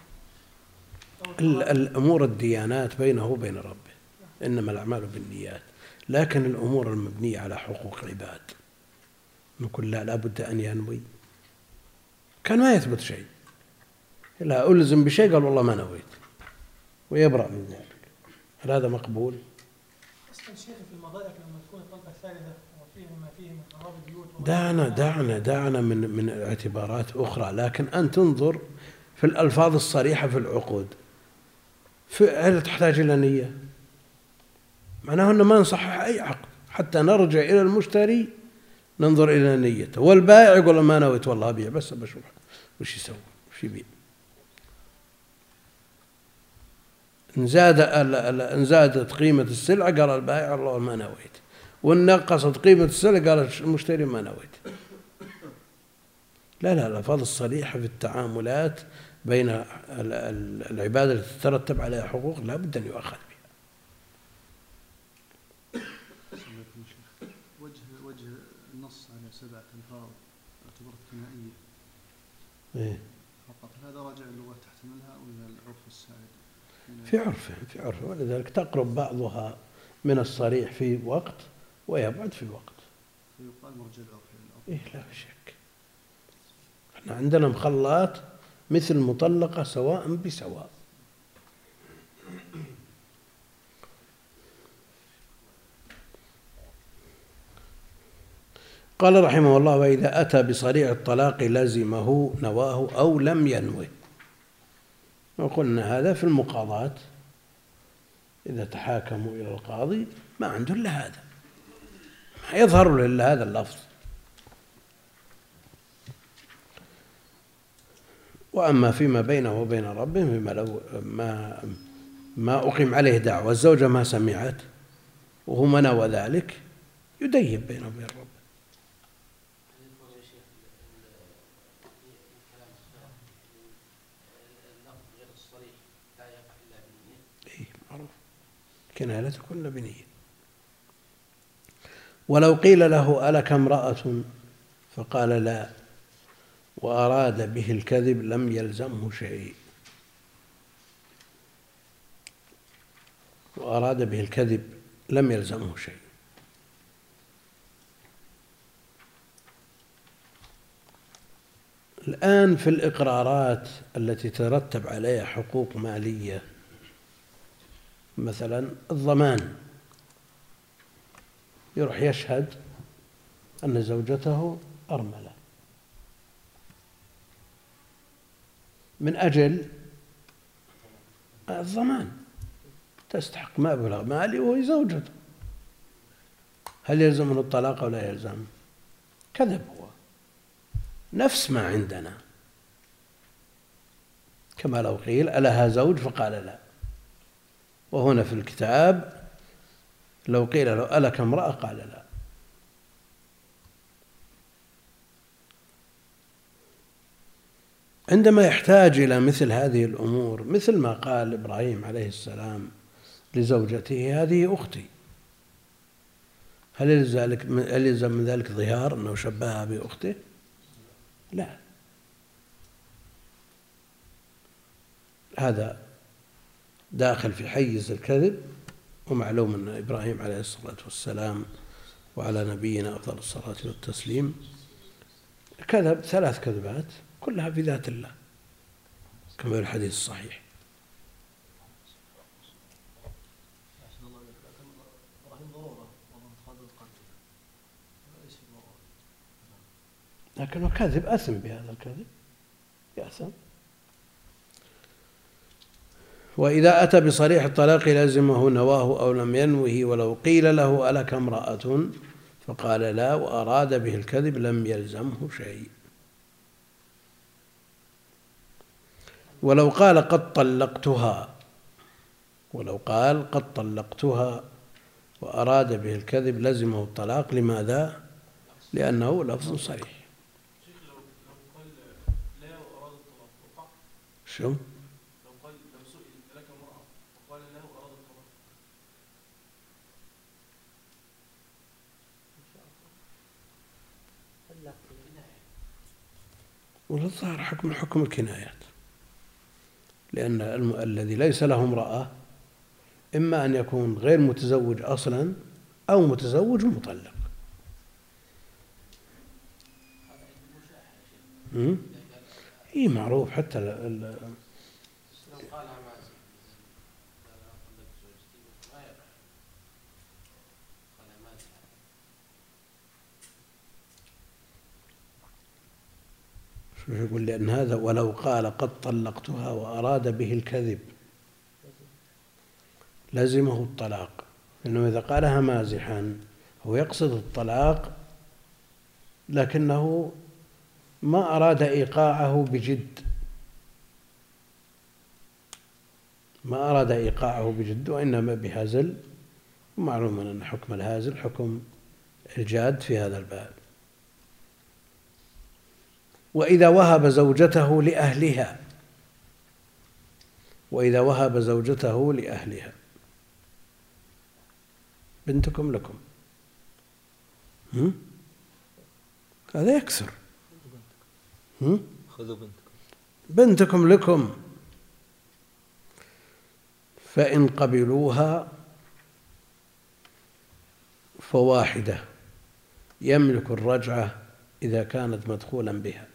أو الأمور الديانات بينه وبين ربه، إنما الأعمال بالنيات. لكن الأمور المبنية على حقوق العباد نقول لا، لابد أن ينوي. كان ما يثبت شيء، لا ألزم بشيء قال والله ما نويت ويبرأ من ذلك. هل هذا مقبول؟ أصلا شيخ في المضايق لما تكون الطلقة الثالثة فيه ما فيه من خراب البيوت. دعنا دعنا دعنا من من اعتبارات أخرى، لكن أن تنظر في الألفاظ الصريحة في العقود. في هل تحتاج إلى نية؟ معناه أن ما نصحح أي عقد حتى نرجع إلى المشتري ننظر إلى نيته، والبائع يقول ما نويت والله أبيع بس بشوف وش يسوي وش يبيع. إن زاد إن زادت قيمة السلعة قال البائع والله ما نويت، وإن نقصت قيمة السلعة قال المشتري ما نويت. لا لا الألفاظ الصريحة في التعاملات بين العبادة التي تترتب عليها حقوق لا بد أن يؤخذ بها. وجه وجه النص على سبعة ألفاظ اعتبرت كنائية إيه؟ فقط، هذا راجع اللغة تحتملها ولا العرف السائد؟ في عرفهم في عرفهم ولذلك تقرب بعضها من الصريح في وقت ويبعد في وقت. فيقال مرجع العرف. إيه لا شك. احنا عندنا مخلات مثل مطلقة سواء بسواء. قال رحمه الله: وإذا أتى بصريح الطلاق لزمه نواه أو لم ينوه. وقلنا هذا في المقاضاة إذا تحاكموا إلى القاضي ما عنده إلا هذا، ما يظهر له إلا هذا اللفظ. وأما فيما بينه وبين ربه مما لو ما ما أقيم عليه دعوة الزوجة ما سمعت وهو ما نوى ذلك يديب بينه وبين ربه. إيه معروف كناية لا تكون بنية. ولو قيل له ألك امرأة فقال لا وأراد به الكذب لم يلزمه شيء. وأراد به الكذب لم يلزمه شيء. الآن في الإقرارات التي ترتب عليها حقوق مالية مثلا الضمان، يروح يشهد أن زوجته أرملة من أجل الضمان، تستحق مبلغ مالي وهي زوجته، هل يلزمه الطلاق أو لا يلزم؟ كذب. هو نفس ما عندنا، كما لو قيل ألها زوج فقال لا. وهنا في الكتاب لو قيل له ألك امرأة قال لا. عندما يحتاج إلى مثل هذه الأمور، مثل ما قال إبراهيم عليه السلام لزوجته هذه أختي، هل يلزم من ذلك ظهار أنه شبهها بأخته؟ لا، هذا داخل في حيز الكذب. ومعلوم أن إبراهيم عليه الصلاة والسلام وعلى نبينا أفضل الصلاة والتسليم كذب ثلاث كذبات كلها في ذات الله كما في الحديث الصحيح. لكنه كذب أثم بهذا الكذب يأثم. وإذا أتى بصريح الطلاق لازمه نواه أو لم ينوه. ولو قيل له ألك امرأة فقال لا وأراد به الكذب لم يلزمه شيء. ولو قال قد طلقتها ولو قال قد طلقتها وأراد به الكذب لزمه الطلاق. لماذا؟ لأنه لفظ صريح. شو؟ والظاهر حكم حكم الكنايات، لأن الذي ليس له امرأة إما أن يكون غير متزوج أصلا أو متزوج مطلق. إيه معروف حتى ال يقول لأن هذا ولو قال قد طلقتها وأراد به الكذب لزمه الطلاق، لأنه إذا قالها مازحا هو يقصد الطلاق لكنه ما أراد إيقاعه بجد، ما أراد إيقاعه بجد وإنما بهزل، ومعلوم أن حكم الهازل حكم الجاد في هذا الباب. وإذا وهب زوجته لأهلها، وإذا وهب زوجته لأهلها، بنتكم لكم، هم؟ هذا يكثر، هم؟ خذوا بنتكم بنتكم لكم، فإن قبلوها فواحدة يملك الرجعة إذا كانت مدخولا بها،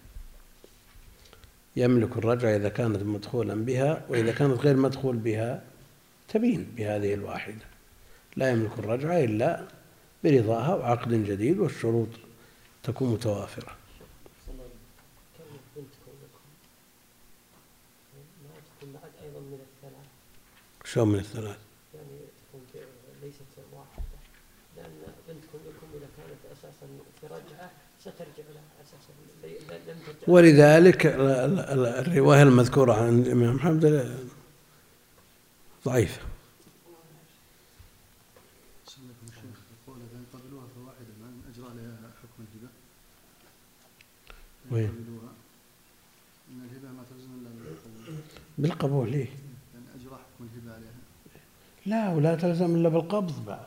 يملك الرجعة إذا كانت مدخولا بها، وإذا كانت غير مدخول بها تبين بهذه الواحدة، لا يملك الرجعة إلا برضاها وعقد جديد والشروط تكون متوافرة. شو من الثلاث؟ يعني تكون ليست واحدة، لأن بنتكم لكم إذا كانت أساسا في رجعة سترجع لها أساسا لم ترجع. ولذلك الرواية المذكورة عن الإمام محمد ضعيفة. يقول إذا قبلوها فواحدة ما أجرى عليها حكم الهبة. وين؟ قبلوها إن الهبة ما تلزم إلا بالقبول. بالقبول ليه؟ يعني أجرى حكم الهبة عليها. لا، ولا تلزم إلا بالقبض بعد،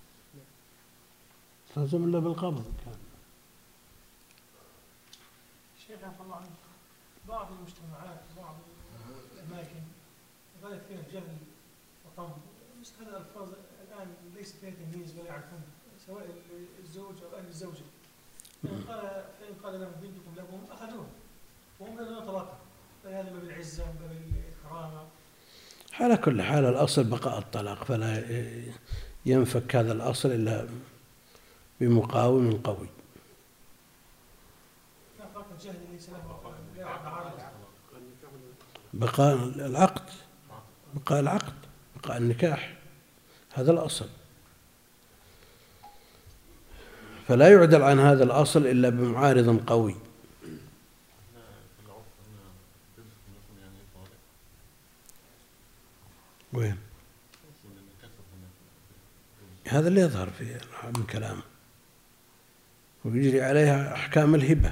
تلزم إلا بالقبض. كان شيخ عفى الله عنك، بعض المجتمعات بعض الأماكن غالب فيها الجهل وطمع، مثل هذه الألفاظ الآن ليس فيها تمييز ولا يعرفون سواء الزوج أو أهل الزوجة. فإن قال فإن قال لهم بنتكم لكم أخذوها وهم لا يطلقوا، فهذا باب العزة وباب الكرامة. على كل حال الأصل بقاء الطلاق، فلا ينفك هذا الأصل إلا بمقاوم قوي. بقاء العقد، بقاء العقد، بقاء النكاح، هذا الأصل، فلا يعدل عن هذا الأصل إلا بمعارض قوي. وين؟ هذا اللي يظهر في من كلامه، ويجري عليها أحكام الهبة.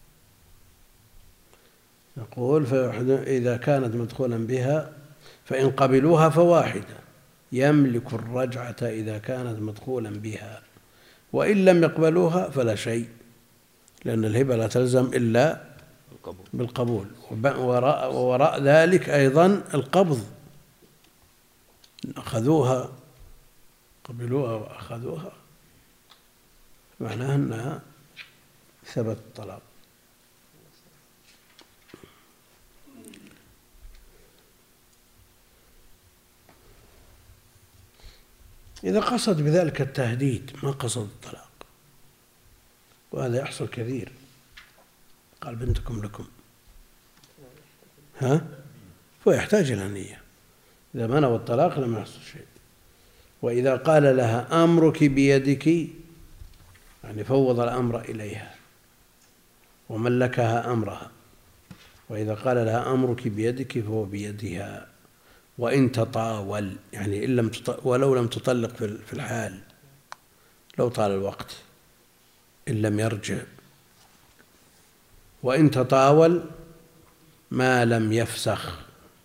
يقول فإذا كانت مدخولا بها فإن قبلوها فواحدة يملك الرجعة إذا كانت مدخولا بها، وإن لم يقبلوها فلا شيء، لأن الهبة لا تلزم إلا بالقبول. وراء, وراء ذلك أيضا القبض، أخذوها قبلوها وأخذوها معناها أنها ثبت الطلاق. إذا قصد بذلك التهديد ما قصد الطلاق، وهذا يحصل كثير، قال بنتكم لكم، ها؟ فيحتاج إلى نية. إذا ما نوى الطلاق لم يحصل شيء. وإذا قال لها أمرك بيدك، يعني فوض الأمر إليها وملكها أمرها. وإذا قال لها أمرك بيدك فهو بيدها. وإن تطاول، يعني إن لم تط... ولو لم تطلق في الحال، لو طال الوقت إن لم يرجع. وإن تطاول ما لم يفسخ،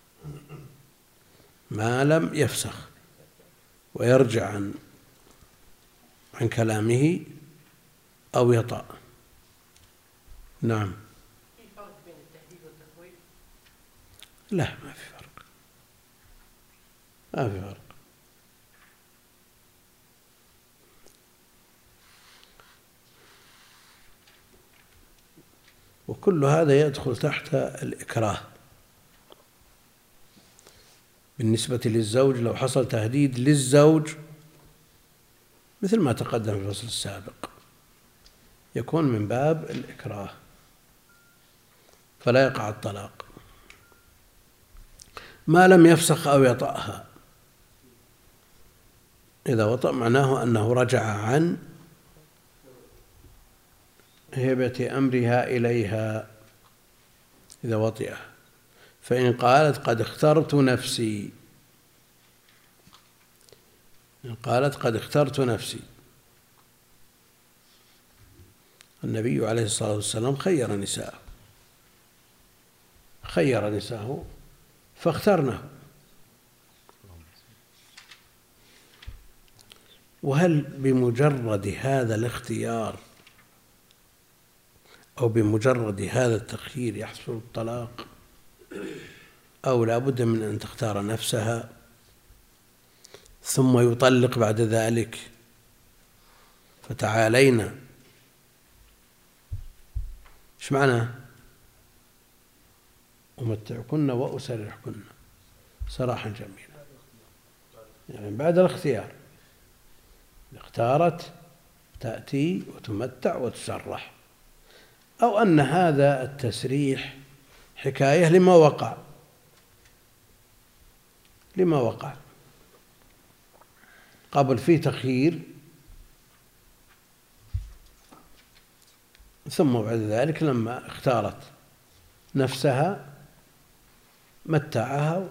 ما لم يفسخ ويرجع عن عن كلامه أو يطأ. نعم. في فرق بين التهديد والتخويف؟ لا، ما في فرق، ما في فرق. وكل هذا يدخل تحت الإكراه. بالنسبة للزوج لو حصل تهديد للزوج مثل ما تقدم في الفصل السابق يكون من باب الإكراه. فلا يقع الطلاق ما لم يفسخ أو يطأها. إذا وطأ معناه أنه رجع عن هبة أمرها إليها إذا وطئه. فإن قالت قد اخترت نفسي إن قالت قد اخترت نفسي النبي عليه الصلاة والسلام خير نساءه خير نساءه فاخترنه. وهل بمجرد هذا الاختيار أو بمجرد هذا التخيير يحصل الطلاق، أو لا بد من أن تختار نفسها ثم يطلق بعد ذلك؟ فتعالينا إيش معناه؟ أمتعكن وأسرحكن سراحا جميلا، يعني بعد الاختيار اختارت تأتي وتمتع وتسرح، أو أن هذا التسريح حكاية لما وقع لما وقع قبل فيه تخيير، ثم بعد ذلك لما اختارت نفسها متعها،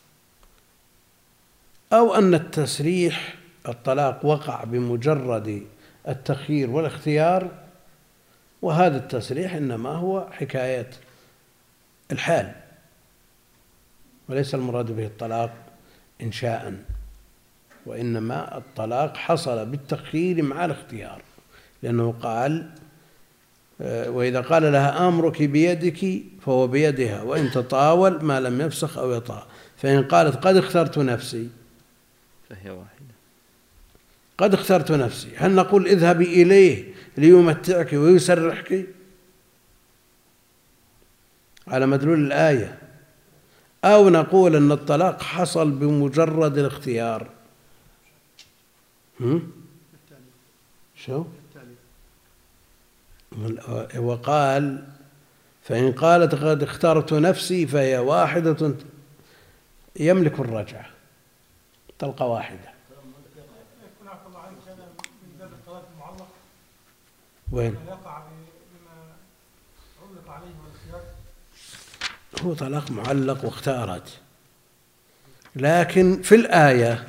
أو أن التسريح الطلاق وقع بمجرد التخيير والاختيار، وهذا التسريح إنما هو حكاية الحال وليس المراد به الطلاق إنشاء، وإنما الطلاق حصل بالتخيير مع الاختيار، لأنه قال وإذا قال لها أمرك بيدك فهو بيدها وإن تطاول ما لم يفسخ أو يطأ. فإن قالت قد اخترت نفسي فهي واحدة. قد اخترت نفسي، هل نقول اذهبي إليه ليمتعك ويسرحك على مدلول الآية، أو نقول أن الطلاق حصل بمجرد الاختيار؟ هم؟ شو؟ وقال فإن قالت قد اخترت نفسي فهي واحدة يملك الرجعة، طلقة واحدة. وين؟ هو طلاق معلق واختارت، لكن في الآية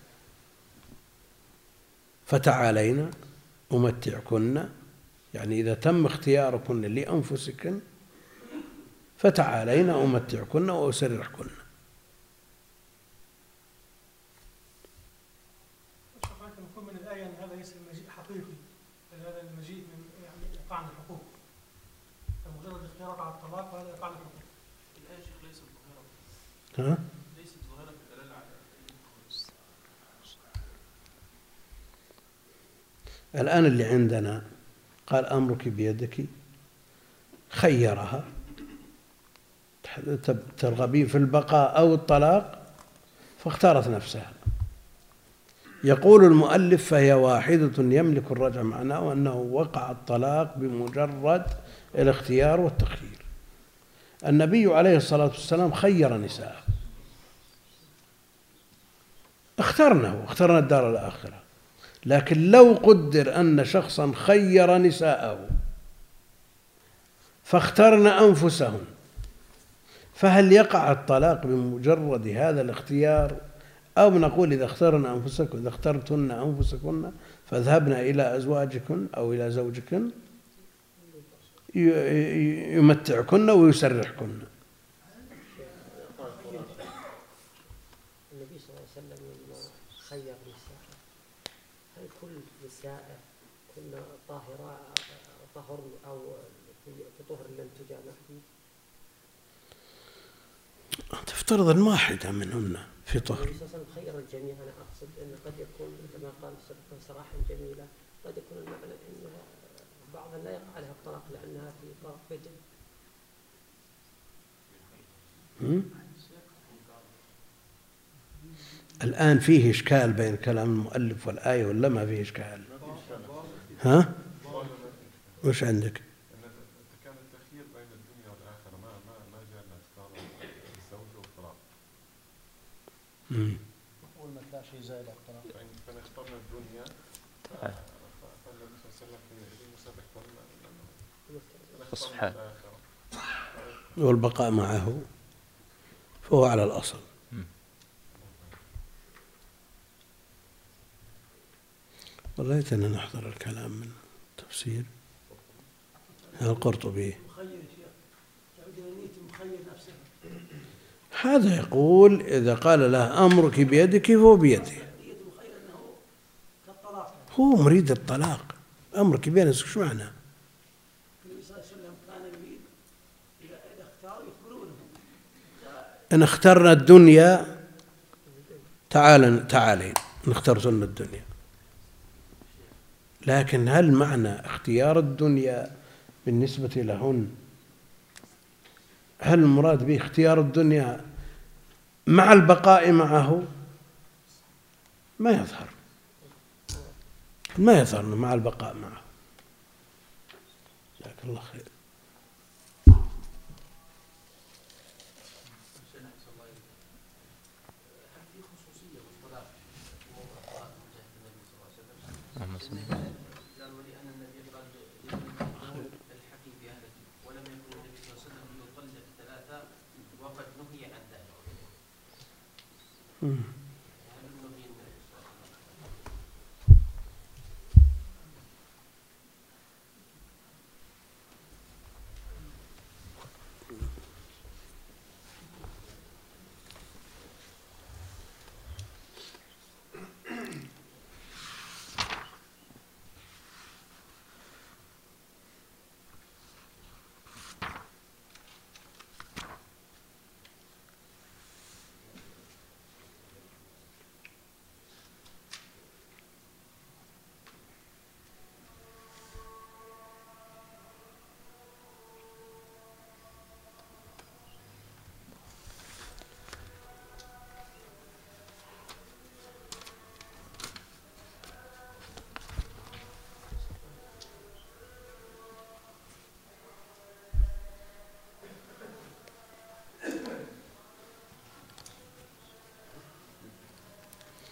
فتعالينا أمتعكن، يعني إذا تم اختياركن لأنفسكن فتعالينا أمتعكن وأسرحكن. يكون من الآية أن هذا ليس المجيء حقيقي، بل هذا المجيء من يعني إيقاع الحقوق، فمجرد اختيارك على الطلاق وهذا إيقاع الحقوق. الآية شيخ ليست ظاهرة. ها؟ ليست ظاهرة في الدلالة على الآن اللي عندنا قال أمرك بيدك، خيرها ترغبين في البقاء أو الطلاق فاختارت نفسها. يقول المؤلف فهي واحدة يملك الرجع، معناه أنه وقع الطلاق بمجرد الاختيار والتخيير. النبي عليه الصلاة والسلام خير نساءه، اخترناه واخترنا الدار الآخرة، لكن لو قدر أن شخصا خير نساءه فاخترن أنفسهم، فهل يقع الطلاق بمجرد هذا الاختيار، أو نقول إذا اخترن أنفسكم إذا اخترتن أنفسكن فاذهبن إلى أزواجكن أو إلى زوجكن يمتعكن ويسرحكن؟ النبي صلى الله عليه وسلم لما خير نساءه هل كل نساءه كنا طاهرة طهر أو في طهر لم تجامع فيه؟ تفترض أن واحدة منهن في طهر. النبي صلى الله عليه وسلم خير الجميع. أنا أقصد أن قد يكون كما قال صراحة جميلة، قد يكون المعنى أنها بعضها لا يقع عليها الطلاق لأنها في طرف بدء. الآن فيه إشكال بين كلام المؤلف والآية ولا ما فيه إشكال؟ ها؟ وش عندك؟ كان التخيير بين الدنيا والآخرة ما نقول مثلا شيء زائد على الطلاق. فإن اخترنا الدنيا فالنبي صلى الله عليه وسلم حينئذ مسامح سبحان والبقاء معه فهو على الأصل. والله ليتنا نحضر الكلام من تفسير القرطبي. هذا يقول إذا قال له أمرك بيدك فهو بيده، هو مريد الطلاق. أمرك بيدك شو معنى؟ إن اخترنا الدنيا تعال تعالين إن اخترتن الدنيا، لكن هل معنى اختيار الدنيا بالنسبة لهن، هل المراد به اختيار الدنيا مع البقاء معه؟ ما يظهر ما يظهر مع البقاء معه. جزاك الله خير. قال ولأن النبي قال الحكي بأهله ولم يكن النبي صلى الله عليه وسلم يطلق ثلاثة وقد نهي عن ذلك. هل نهي النبي صلى الله عليه وسلم؟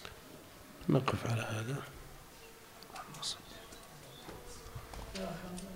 نقف على هذا. يا